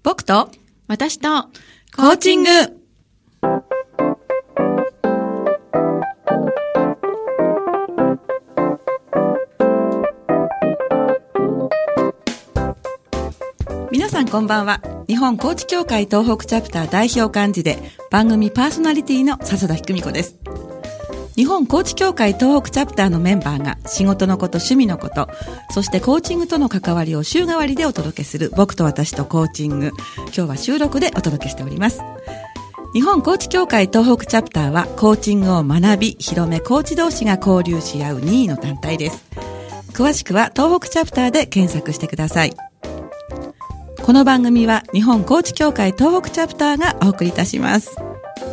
僕と私とコーチング。皆さんこんばんは。日本コーチ協会東北チャプター代表幹事で番組パーソナリティの笹田ひくみ子です。日本コーチ協会東北チャプターのメンバーが仕事のこと、趣味のこと、そしてコーチングとの関わりを週替わりでお届けする僕と私とコーチング。今日は収録でお届けしております。日本コーチ協会東北チャプターはコーチングを学び、広めコーチ同士が交流し合う任意の団体です。詳しくは東北チャプターで検索してください。この番組は日本コーチ協会東北チャプターがお送りいたします。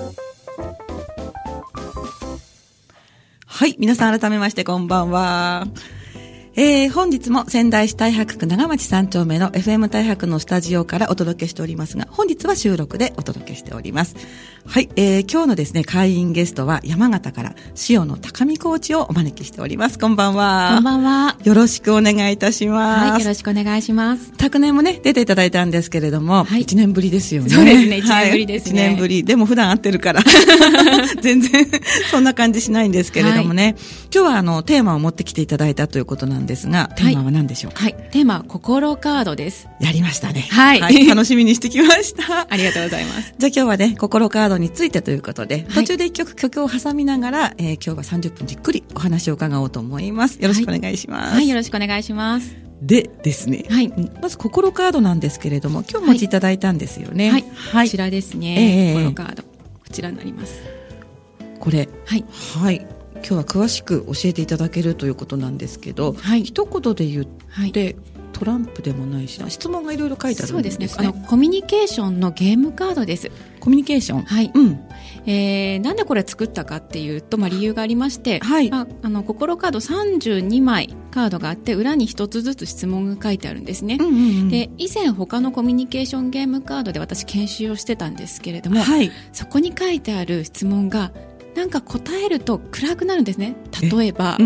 はい、皆さん改めましてこんばんは。本日も仙台市太白区長町3丁目の FM 太白のスタジオからお届けしておりますが、本日は収録でお届けしております。はい、今日のですね、会員ゲストは山形から塩野高見コーチをお招きしております。こんばんは。 こんばんは。 よろしくお願いいたします。 はい、よろしくお願いします。 昨年もね、出ていただいたんですけれども、はい、1年ぶりですよね。 そうですね、1年ぶりですね。 1年ぶり。でも普段会ってるから、全然そんな感じしないんですけれどもね。はい、今日はテーマを持ってきていただいたということなんですが、テーマは何でしょうか？ はい、テーマは心カードです。 やりましたね。 はい。 はい、楽しみにしてきました。 ありがとうございます。 じゃあ今日はね、心カードについてということで、途中で曲を挟みながら、今日は30分じっくりお話を伺おうと思います。よろしくお願いします。 はい、よろしくお願いします。 でですね、はい、まず心カードなんですけれども、今日お持ちいただいたんですよね。 はい。はい、こちらですね。心カード。こちらになります。 これ。 はい。 はい。今日は詳しく教えていただけるということなんですけど、はい、一言で言って、はい、トランプでもないしな、質問がいろいろ書いてあるんですね。 そうですね。コミュニケーションのゲームカードです。 コミュニケーション。 はい。うん。なんでこれ作ったかっていうと、理由がありまして、はい。心カード32枚カードがあって、裏に一つずつ質問が書いてあるんですね。で、以前他のコミュニケーションゲームカードで私研修をしてたんですけれども、はい。そこに書いてある質問が、なんか答えると暗くなるんですね。例えば、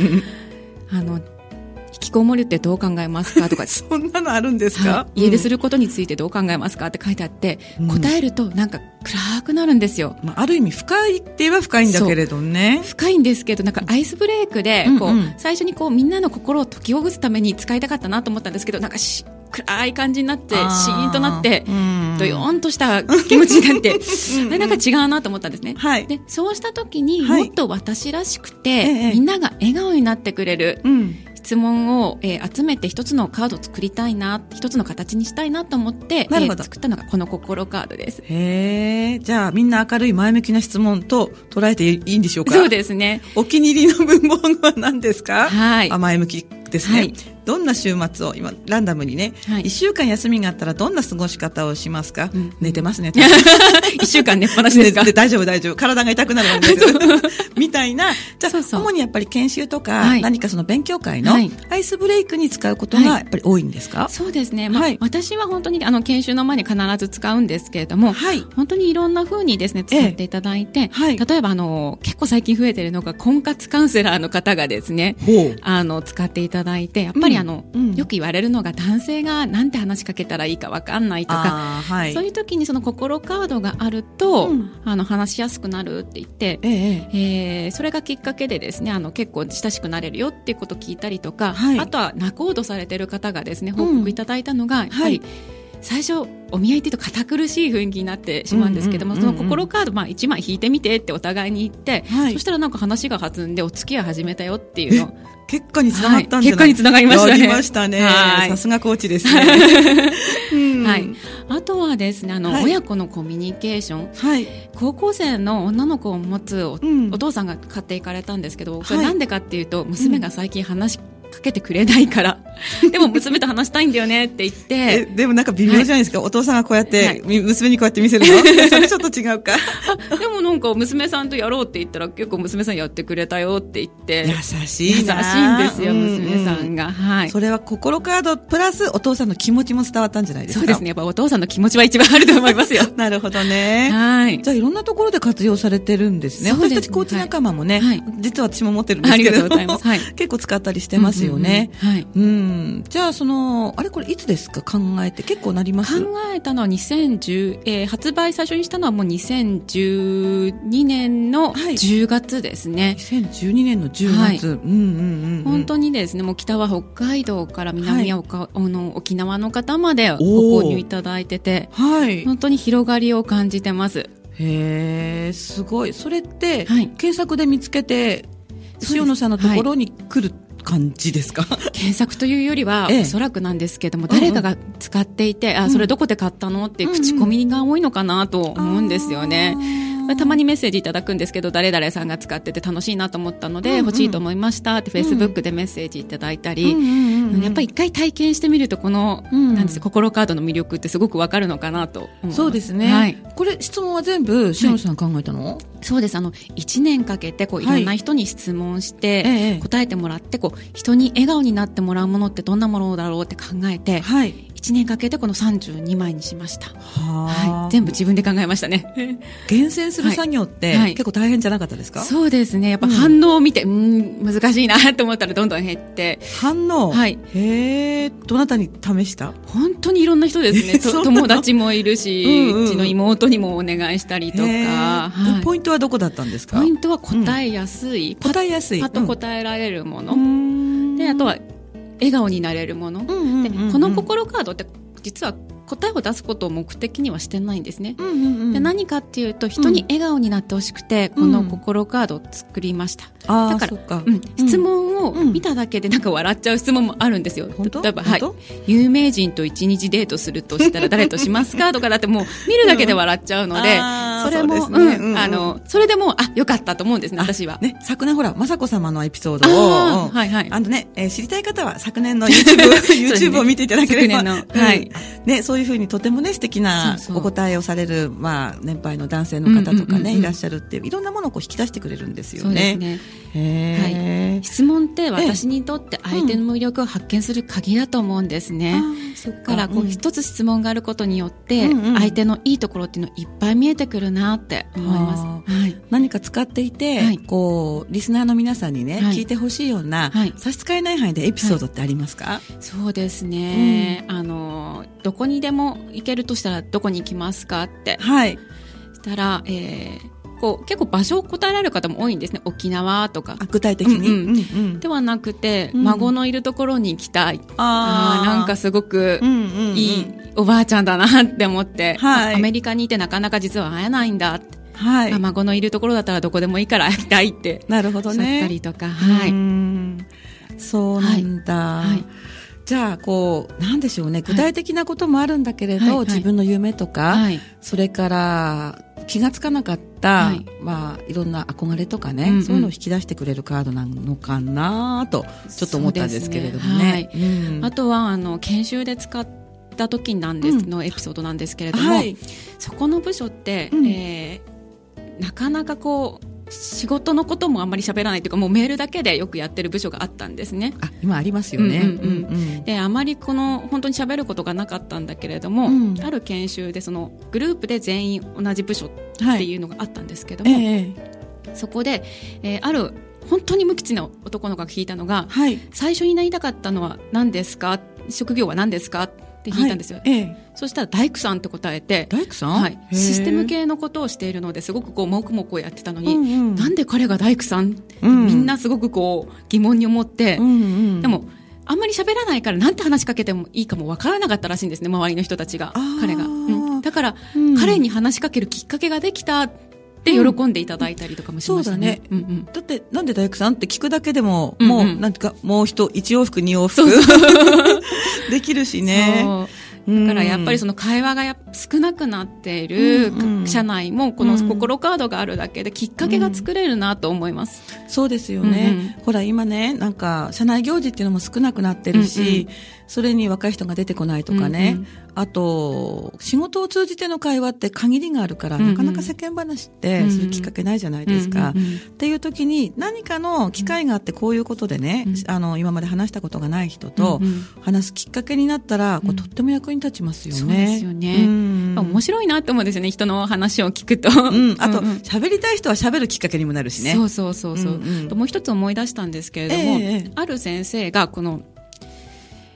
引きこもりってどう考えますかとかそんなのあるんですか、 はい、家出することについてどう考えますかって書いてあって、答えるとなんか暗くなるんですよ。 ある意味深いって言えば深いんだけれどね。 深いんですけど、なんかアイスブレイクで最初にみんなの心を解きほぐすために使いたかったなと思ったんですけど、なんか暗い感じになってシーンとなってドヨーンとした気持ちになってなんか違うなと思ったんですね。はい、でそうした時にもっと私らしくて、みんなが笑顔になってくれる、質問を、集めて一つのカードを作りたいな、一つの形にしたいなと思って、作ったのがこの心カードです。 へー、じゃあみんな明るい前向きな質問と捉えていいんでしょうか？ そうですね。 お気に入りの文言は何ですか？ はい。 前向きですね。はい。どんな週末を今ランダムにね、はい、1週間休みがあったらどんな過ごし方をしますか？寝てますね。 1週間寝っぱなしですか？ 大丈夫大丈夫。体が痛くなるんですみたいな。じゃあ主にやっぱり研修とか、何かその勉強会のアイスブレイクに使うことがやっぱり多いんですか？ そうですね。私は本当に研修の前に必ず使うんですけれども、本当にいろんな風にですね使っていただいて、例えば結構最近増えているのが婚活カウンセラーの方がですね、使っていただいて、やっぱりよく言われるのが男性がなんて話しかけたらいいか分かんないとか、そういう時にその心カードがあると、話しやすくなるって言って、それがきっかけでですね、結構親しくなれるよっていうことを聞いたりとか、あとは仲人されてる方がですね報告いただいたのが、やっぱり最初お見合いっていうと堅苦しい雰囲気になってしまうんですけども、その心カード1枚引いてみてってお互いに言って、そしたらなんか話が弾んでお付き合い始めたよっていうの。 結果につながったんじゃない？ 結果につながりましたね。 やりましたね。さすがコーチですね。 はい。あとはですね、親子のコミュニケーション。高校生の女の子を持つ お父さんが買っていかれたんですけど、それなんでかっていうと、娘が最近話しかけてくれないからでも娘と話したいんだよねって言ってでもなんか微妙じゃないですか、お父さんがこうやって、娘にこうやって見せるのそれちょっと違うかでもなんか娘さんとやろうって言ったら結構娘さんやってくれたよって言って優しいな。 優しいんですよ、娘さんが。 それは心カードプラスお父さんの気持ちも伝わったんじゃないですか？ そうですね、やっぱお父さんの気持ちは一番あると思いますよなるほどね。じゃあいろんなところで活用されてるんですね。私たちコーチ仲間もね、実は私も持ってるんですけれども、結構使ったりしてますよね。 じゃあこれいつですか？考えて結構なります？ 考えたのは発売最初にしたのはもう2012年の10月ですね。 2012年の10月。 本当にですね、もう北は北海道から南は沖縄の方までご購入いただいてて、本当に広がりを感じてます。 へー、すごい。それって、検索で見つけて塩野さんのところに来る感じですか？ 検索というよりは、おそらくなんですけども、誰かが使っていて、それどこで買ったのっていう口コミが多いのかなと思うんですよね。たまにメッセージいただくんですけど、誰々さんが使ってて楽しいなと思ったので、欲しいと思いましたってフェイスブックでメッセージいただいたり、やっぱり一回体験してみるとこの、なんです心カードの魅力ってすごくわかるのかなと思います。 そうですね。これ質問は全部塩野さん考えたの？ そうです。1年かけていろんな人に質問して、答えてもらって人に笑顔になってもらうものってどんなものだろうって考えて、1年かけてこの32枚にしました。全部自分で考えましたね。 厳選する作業って結構大変じゃなかったですか？ そうですね。やっぱ反応を見て、難しいなと思ったらどんどん減って。 反応？へー。どなたに試した？ 本当にいろんな人ですね。友達もいるし、うちの妹にもお願いしたりとか。 ポイントはどこだったんですか？ ポイントは答えやすい。パッと答えられるもの。で、あとは笑顔になれるもの。で、この心カードって実は答えを出すことを目的にはしてないんですね。で、何かっていうと、人に笑顔になってほしくて、この心カードを作りました。だから、質問を見ただけでなんか笑っちゃう質問もあるんですよ。例えば、有名人と1日デートするとしたら誰としますかとかだってもう見るだけで笑っちゃうので、それも、それでもよかったと思うんですね、私は。 昨年ほら、雅子様のエピソードを、知りたい方は昨年の YouTube を見ていただければ、そういうふうにとてもね、素敵なお答えをされる、年配の男性の方とかね、いらっしゃるっていう、いろんなものを引き出してくれるんですよね。 そうですね。質問って私にとって相手の魅力を発見する鍵だと思うんですね。だから一つ質問があることによって、相手のいいところっていうのいっぱい見えてくるなって思います。 何か使っていて、リスナーの皆さんにね、聞いてほしいような、差し支えない範囲でエピソードってありますか？ そうですね。どこにでも行けるとしたらどこに行きますかって。したら、結構場所を答えられる方も多いんですね。沖縄とか。 具体的に、 ではなくて、孫のいるところに行きたい。なんかすごくいいおばあちゃんだなって思って、アメリカにいてなかなか実は会えないんだって。孫のいるところだったらどこでもいいから会いたいって。 なるほどね。 おっしゃったりとか。 そうなんだ。じゃあなんでしょうね、具体的なこともあるんだけれど、自分の夢とか、それから気がつかなかった、いろんな憧れとかね、そういうのを引き出してくれるカードなのかなとちょっと思ったんですけれどもね。 あとは研修で使った時なんですのエピソードなんですけれども、そこの部署って、なかなか仕事のこともあんまり喋らないというか、もうメールだけでよくやってる部署があったんですね。 今ありますよね。 で、あまり本当に喋ることがなかったんだけれども、ある研修でグループで全員同じ部署っていうのがあったんですけども、そこで、ある本当に無口な男の子が聞いたのが、最初になりたかったのは何ですか、職業は何ですかって聞いたんですよ。そしたら大工さんって答えて、 大工さん、 システム系のことをしているのですごくもくもくやってたのに、なんで彼が大工さん、みんなすごく疑問に思って、でもあんまり喋らないからなんて話しかけてもいいかもわからなかったらしいんですね、周りの人たちが。彼が、だから、彼に話しかけるきっかけができたって喜んでいただいたりとかもしましたね。 だってなんで大工さんって聞くだけでも、もうなんていうか、もう1往復2往復できるしね。 だからやっぱりその会話が少なくなっている社内もこの心カードがあるだけできっかけが作れるなと思います。 そうですよね。ほら今ね、なんか社内行事っていうのも少なくなってるし、それに若い人が出てこないとかね、あと仕事を通じての会話って限りがあるから、なかなか世間話ってするきっかけないじゃないですか。っていう時に何かの機会があって、こういうことでね、今まで話したことがない人と話すきっかけになったら、とっても役に立ちますよね。 そうですよね。面白いなって思うんですよね、人の話を聞くと。 あと喋りたい人は喋るきっかけにもなるしね。 もう一つ思い出したんですけれども、ある先生が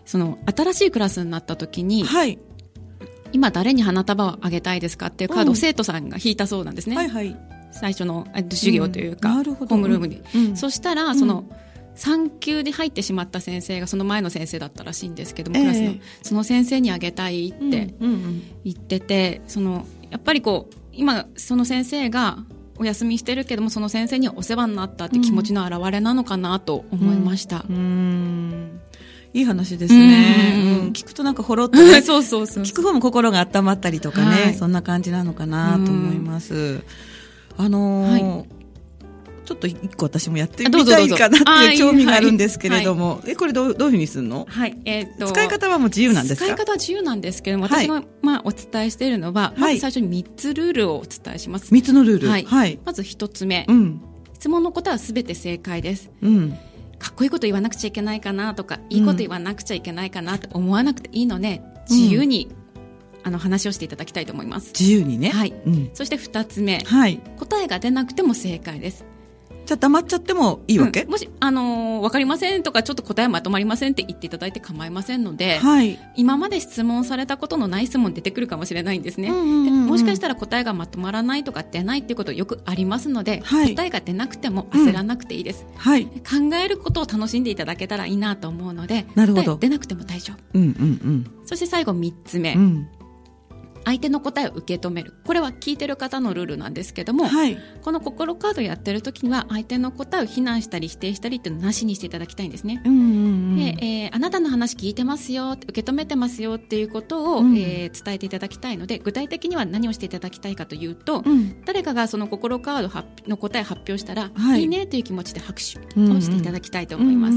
その新しいクラスになった時に、はい、今誰に花束をあげたいですかっていうカードを生徒さんが引いたそうなんですね、はいはい、最初の授業というか、ホームルームに、そしたらその産休に入ってしまった先生がその前の先生だったらしいんですけども、クラスのその先生にあげたいって言ってて、そのやっぱりこう今その先生がお休みしてるけどもその先生にはお世話になったって気持ちの表れなのかなと思いました。 いい話ですね、聞くとなんかほろっとねそうそうそう、 聞く方も心が温まったりとかね、はい、そんな感じなのかなと思います。はい、ちょっと一個私もやってみたいかなっていう興味があるんですけれども、はい、これどういうふうにするの？はい、使い方はもう自由なんですか？ 使い方は自由なんですけども、私がお伝えしているのは、まず最初に3つルールをお伝えします。 3つのルール、 はいはい、まず1つ目、質問の答えは全て正解です、かっこいいこと言わなくちゃいけないかなとか、いいこと言わなくちゃいけないかなと思わなくていいので、自由に、話をしていただきたいと思います。 自由にね、 はい、そして2つ目、はい、答えが出なくても正解です。 じゃあ黙っちゃってもいいわけ？ もし、分かりませんとかちょっと答えまとまりませんって言っていただいて構いませんので、はい、今まで質問されたことのない質問出てくるかもしれないんですね、でもしかしたら答えがまとまらないとか出ないっていうことよくありますので、はい、答えが出なくても焦らなくていいです、はい、考えることを楽しんでいただけたらいいなと思うので、なるほど、出なくても大丈夫、そして最後3つ目、相手の答えを受け止める。これは聞いてる方のルールなんですけども、はい、この心カードやってる時には相手の答えを非難したり否定したりっていうのをなしにしていただきたいんですね、であなたの話聞いてますよ、受け止めてますよっていうことを、伝えていただきたいので、具体的には何をしていただきたいかというと、誰かがその心カードの答えを発表したら、はい、いいねという気持ちで拍手をしていただきたいと思います、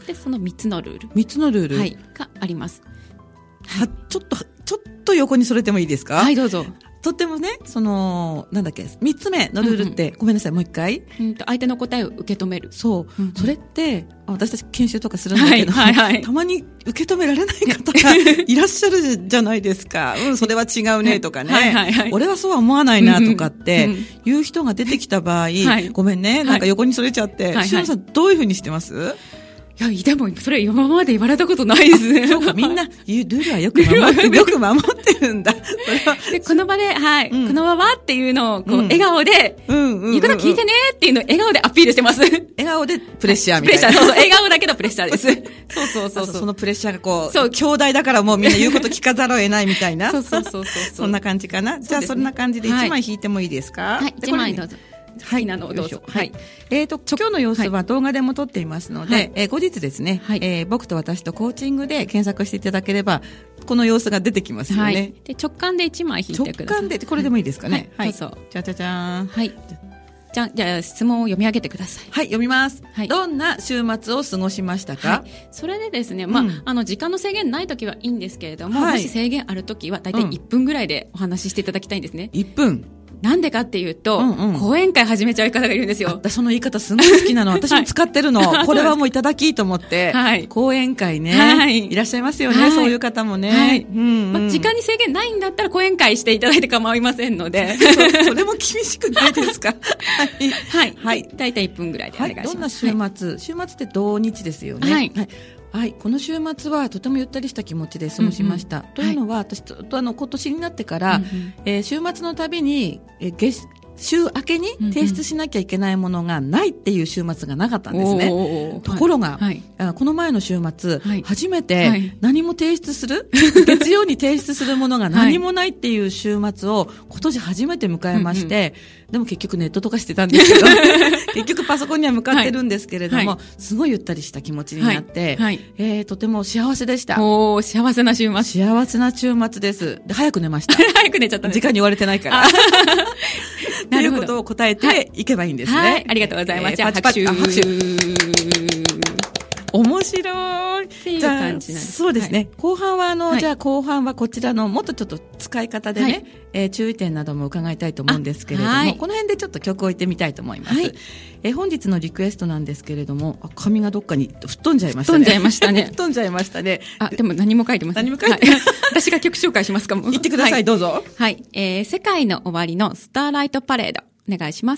でその3つのルール、はい、があります、 はい、ちょっと横にそれてもいいですか？ はい、どうぞ。 とってもね、なんだっけ、3つ目のルールって、ごめんなさい、もう一回。 相手の答えを受け止める。 そう。それって、私たち研修とかするんだけど、たまに受け止められない方がいらっしゃるじゃないですか。それは違うねとかね。俺はそうは思わないなとかって、いう人が出てきた場合、ごめんね、なんか横にそれちゃって、しのさんどういうふうにしてます？ いや、でも、それ今まで言われたことないですね。 そうか、みんな、ルールはよく守ってるんだ。 で、この場で、はい、この場はっていうのを、こう、笑顔で、言うこと聞いてねっていうのを笑顔でアピールしてます。笑顔でプレッシャーみたいな。 そう、笑顔だけどプレッシャーです。そう。 そのプレッシャーがこう、兄弟だからもうみんな言うこと聞かざるを得ないみたいな。そう。そんな感じかな。じゃあ、そんな感じで1枚引いてもいいですか？ はい、1枚どうぞ。はい、どうぞ。はい。 今日の様子は動画でも撮っていますので、後日ですね、僕と私とコーチングで検索していただければ、この様子が出てきますよね。 で、直感で1枚引いてください。 直感で、これでもいいですかね。 はい。そう。 じゃじゃーん。 はい。じゃあ質問を読み上げてください。 はい、読みます。はい。どんな週末を過ごしましたか？ それでですね、時間の制限ないときはいいんですけれども、もし制限あるときは、だいたい1分ぐらいでお話ししていただきたいんですね。 1分。 なんでかっていうと、講演会始めちゃう方がいるんですよ。 その言い方すごい好きなの。私も使ってるの。これはもういただきと思って。はい。講演会ね。いらっしゃいますよね。そういう方もね。はい。 時間に制限ないんだったら講演会していただいて構いませんので。 それも厳しくないですか？ はい。はい。だいたい1分ぐらいでお願いします。 どんな週末って土日ですよね。はい。はい、この週末はとてもゆったりした気持ちで過ごしました。というのは、私ずっと今年になってから、週末のたびに、週明けに提出しなきゃいけないものがないっていう週末がなかったんですね。ところが、この前の週末、初めて何も提出する、月曜に提出するものが何もないっていう週末を今年初めて迎えまして、でも結局ネットとかしてたんですけど、結局パソコンには向かってるんですけれども、すごいゆったりした気持ちになって、とても幸せでした。 幸せな週末。 幸せな週末です。で、早く寝ました。 早く寝ちゃったね。 時間に言われてないから。ということを答えていけばいいんですね。 はい、ありがとうございます。 拍手。面白い。 っていう感じなんです。 そうですね。後半はじゃあ後半はこちらのもっとちょっと使い方でね、注意点なども伺いたいと思うんですけれども、この辺でちょっと曲を置いてみたいと思います。本日のリクエストなんですけれども、紙がどっかに吹っ飛んじゃいましたね。 吹っ飛んじゃいましたね。 吹っ飛んじゃいましたね。 でも何も書いてません。 何も書いてない。 私が曲紹介しますかも。 言ってください、どうぞ。 はい。世界の終わりのスターライトパレード。お願いします。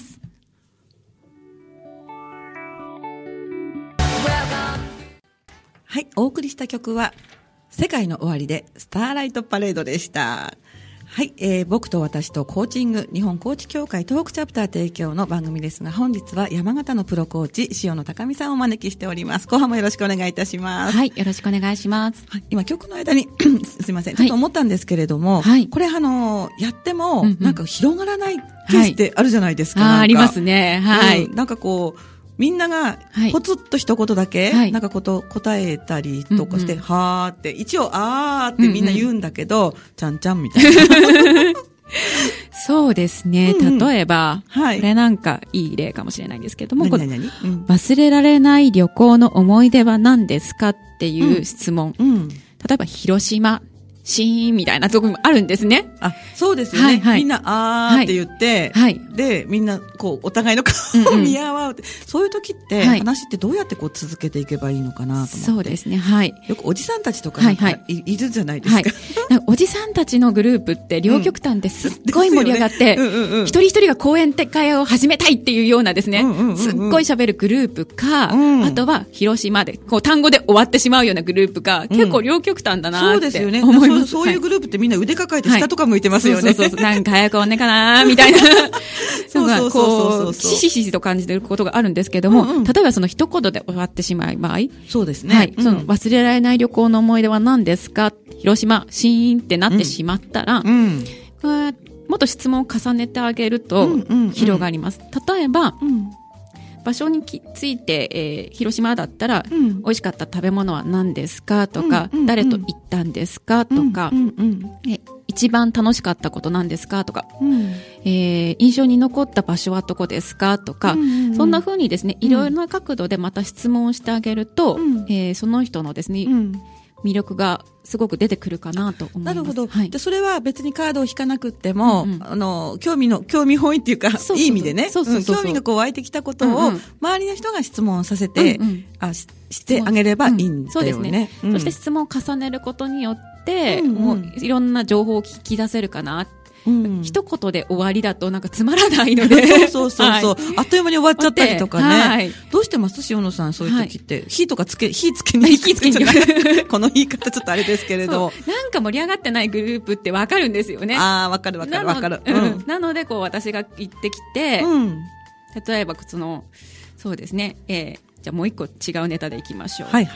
はい、お送りした曲は世界の終わりでスターライトパレードでした。はい、僕と私とコーチング日本コーチ協会東北チャプター提供の番組ですが、本日は山形のプロコーチ塩野高美さんをお招きしております。後半もよろしくお願いいたします。 はい、よろしくお願いします。 はい、今曲の間にすいません、ちょっと思ったんですけれども、 はい、 これやってもなんか広がらないケースってあるじゃないですか。はい、 ありますね。はい、 なんかこうみんながポツッと一言だけ、なんか答えたりとかして、はーって、一応あーってみんな言うんだけど、ちゃんちゃんみたいな。 そうですね。例えば、これなんかいい例かもしれないんですけども、忘れられない旅行の思い出は何ですかっていう質問。例えば、広島。シーンみたいなところもあるんですね。 あ、そうですよね。みんな、あーって言って、で、みんな、こう、お互いの顔を見合わうって、そういう時って、話ってどうやってこう続けていけばいいのかなと思って。 そうですね、はい。 よくおじさんたちとかなんかいるじゃないですか。 おじさんたちのグループって両極端ですっごい盛り上がって、一人一人が講演会を始めたいっていうようなですね、すっごい喋るグループか、あとは広島で、こう単語で終わってしまうようなグループか、結構両極端だなって思います。 そういうグループってみんな腕抱えて下とか向いてますよね。 そう。なんか早くおねかなみたいな。そう。しししと感じてることがあるんですけども、例えばその一言で終わってしまう場合。 そうですね。 その忘れられない旅行の思い出は何ですか？広島、シーンってなってしまったら、もっと質問を重ねてあげると広がります。例えば、場所について、広島だったら、美味しかった食べ物は何ですかとか、誰と行ったんですかとか、一番楽しかったこと何ですかとか、印象に残った場所はどこですかとか、そんな風にですね、いろいろな角度でまた質問をしてあげると、その人のですね、魅力がすごく出てくるかなと思います。 なるほど。で、それは別にカードを引かなくっても、興味本位っていうか、いい意味でね、興味がこう湧いてきたことを、周りの人が質問させて、してあげればいいんだよね。 そうですね。そして質問を重ねることによって、もういろんな情報を聞き出せるかな。一言で終わりだとなんかつまらないので。 そう。あっという間に終わっちゃったりとかね。どうしてます塩野さん、そういう時って。火つけにこの言い方ちょっとあれですけれど。 なんか盛り上がってないグループってわかるんですよね。 わかる。 なので、こう私が行ってきて、例えばそうですね。じゃあもう一個違うネタでいきましょう。 はい。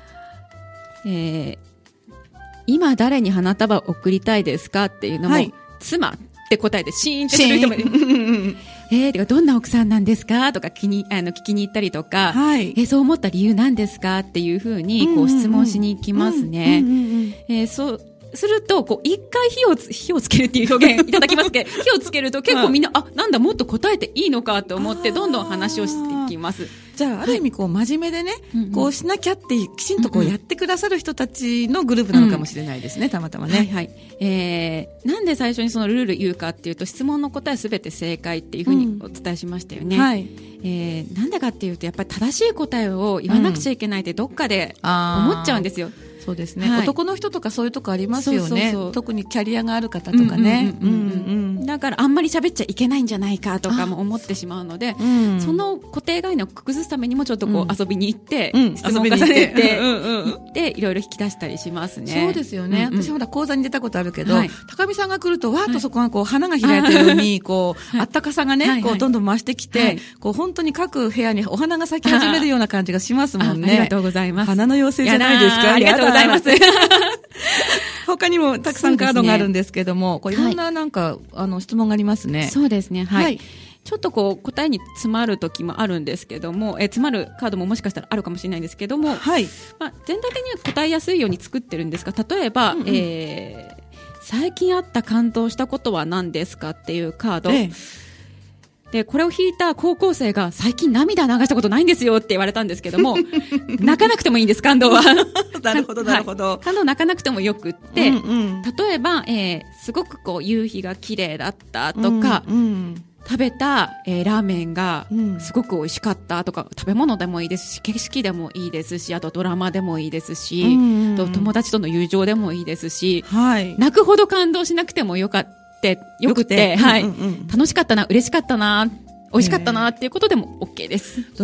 今誰に花束を贈りたいですかっていうのも、妻って答えてシーンってする人もいる。てかどんな奥さんなんですかとか聞きに行ったりとか、そう思った理由なんですかっていうふうにこう質問しに行きますね。そうすると、こう、一回火をつけるっていう表現いただきますけど、火をつけると結構みんな、なんだ、もっと答えていいのかと思って、どんどん話をしていきます。 じゃあ、ある意味、こう、真面目でね、こうしなきゃってきちんとこうやってくださる人たちのグループなのかもしれないですね、たまたまね。なんで最初にそのルール言うかっていうと、質問の答えすべて正解っていうふうにお伝えしましたよね。なんでかっていうと、やっぱり正しい答えを言わなくちゃいけないってどっかで思っちゃうんですよ。 そうですね、男の人とかそういうとこありますよね。特にキャリアがある方とかね。 だからあんまり喋っちゃいけないんじゃないかとかも思ってしまうので、その固定概念を崩すためにもちょっとこう遊びに行って、質問を重ねて行っていろいろ引き出したりしますね。 そうですよね。私ほら講座に出たことあるけど、高見さんが来るとわーっとそこがこう花が開いてるようにこうあったかさがねこうどんどん増してきて、こう本当に各部屋にお花が咲き始めるような感じがしますもんね。 ありがとうございます。 花の妖精じゃないですか。 ありがとうございます。 他にもたくさんカードがあるんですけども、こういろんななんか、質問がありますね。 そうですね。はい。ちょっとこう答えに詰まる時もあるんですけども、詰まるカードももしかしたらあるかもしれないんですけども、全体的には答えやすいように作ってるんですが、例えば、最近あった感動したことは何ですかっていうカード。で、これを引いた高校生が最近涙流したことないんですよって言われたんですけども、泣かなくてもいいんです、感動は。 なるほど、なるほど。 感動泣かなくてもよくって、例えば、すごくこう夕日が綺麗だったとか、食べた、ラーメンがすごく美味しかったとか、食べ物でもいいですし、景色でもいいですし、あとドラマでもいいですし、友達との友情でもいいですし、泣くほど感動しなくてもよくて、楽しかったな、嬉しかったな、美味しかったなっていうことでも OK です。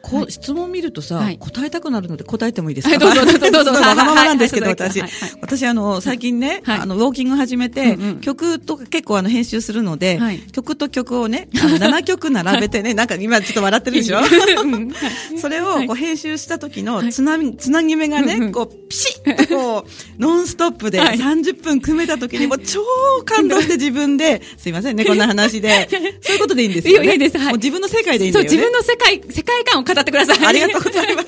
こう質問を見るとさ、答えたくなるので答えてもいいですか？ どうぞ。 わがままなんですけど、私最近ね、ウォーキング始めて、曲とか結構編集するので、曲と曲をね、7曲並べてね、なんか今ちょっと笑ってるでしょ？それをこう編集した時のつなぎ目がね、こうピシッとこうノンストップで30分組めた時にもう超感動して自分で、すいませんね、こんな話で。そういうことでいいんですよね。 いいです。 もう自分の世界でいいんだよね。 そう、自分の世界観を語ってください。 ありがとうございます。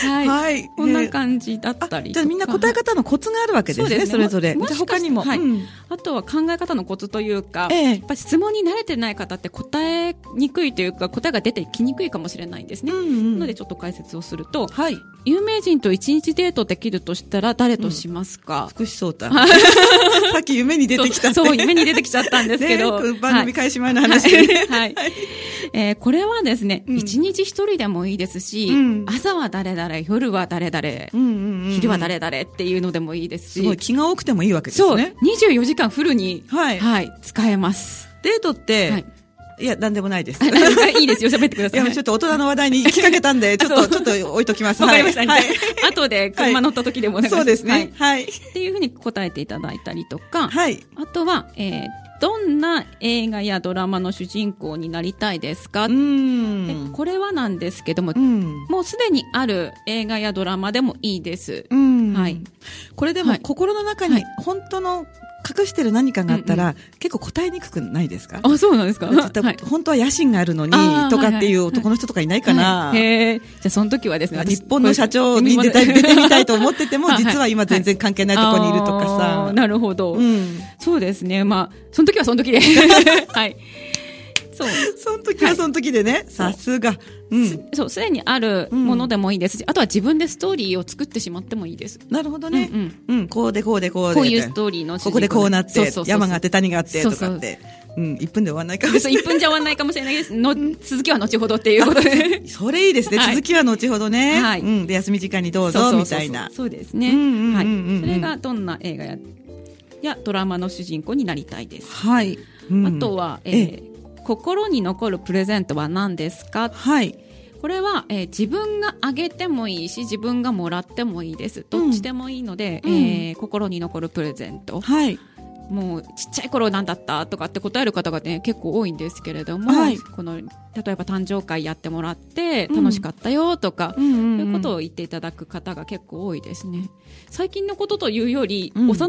はい。こんな感じだったりとか。 じゃあみんな答え方のコツがあるわけですね。そうですね。それぞれ。じゃあ他にも。 あとは考え方のコツというか、やっぱり質問に慣れてない方って答えにくいというか、答えが出てきにくいかもしれないんですね。なのでちょっと解説をすると、有名人と1日デートできるとしたら誰としますか？ 福士蒼太。さっき夢に出てきたって。 そう、夢に出てきちゃったんですけど。 番組開始前の話で。 はい。これはですね、1日1人でもいいですし、朝は誰々、夜は誰々、昼は誰々っていうのでもいいですし。 すごい気が多くてもいいわけですね。 そう。24時間フルに、使えます。 デートって、いや、なんでもないです。 いいですよ、喋ってください。 いや、ちょっと大人の話題に行きかけたんで、ちょっと置いときます。 わかりました。後で車乗った時でもお願いします。 そうですね。はい。 っていうふうに答えていただいたりとか、あとは、どんな映画やドラマの主人公になりたいですか？これはなんですけども、もうすでにある映画やドラマでもいいです。 これでも心の中に本当の隠してる何かがあったら、結構答えにくくないですか？ あ、そうなんですか？ 本当は野心があるのに、とかっていう男の人とかいないかな？ じゃあその時はですね、 日本の社長に出てみたいと思ってても、実は今全然関係ないところにいるとかさ。 なるほど。そうですね。まあ、その時はその時で。はい。 その時はその時でね、さすが。 そう、すでにあるものでもいいですし、あとは自分でストーリーを作ってしまってもいいです。 なるほどね。こうで。こういうストーリーのここでこうなって、山があって谷があってとかって。1分で終わらないかもしれない。 1分じゃ終わらないかもしれないです。続きは後ほどっていうことで。 それいいですね。続きは後ほどね。で、休み時間にどうぞ、みたいな。 そうですね。はい。それがどんな映画やドラマの主人公になりたいです。 はい。 あとは、心に残るプレゼントは何ですか？これは、自分があげてもいいし、自分がもらってもいいです。どっちでもいいので、心に残るプレゼント。もうちっちゃい頃なんだったとかって答える方がね結構多いんですけれども、この例えば誕生会やってもらって楽しかったよとか、そういうことを言っていただく方が結構多いですね。最近のことというより、幼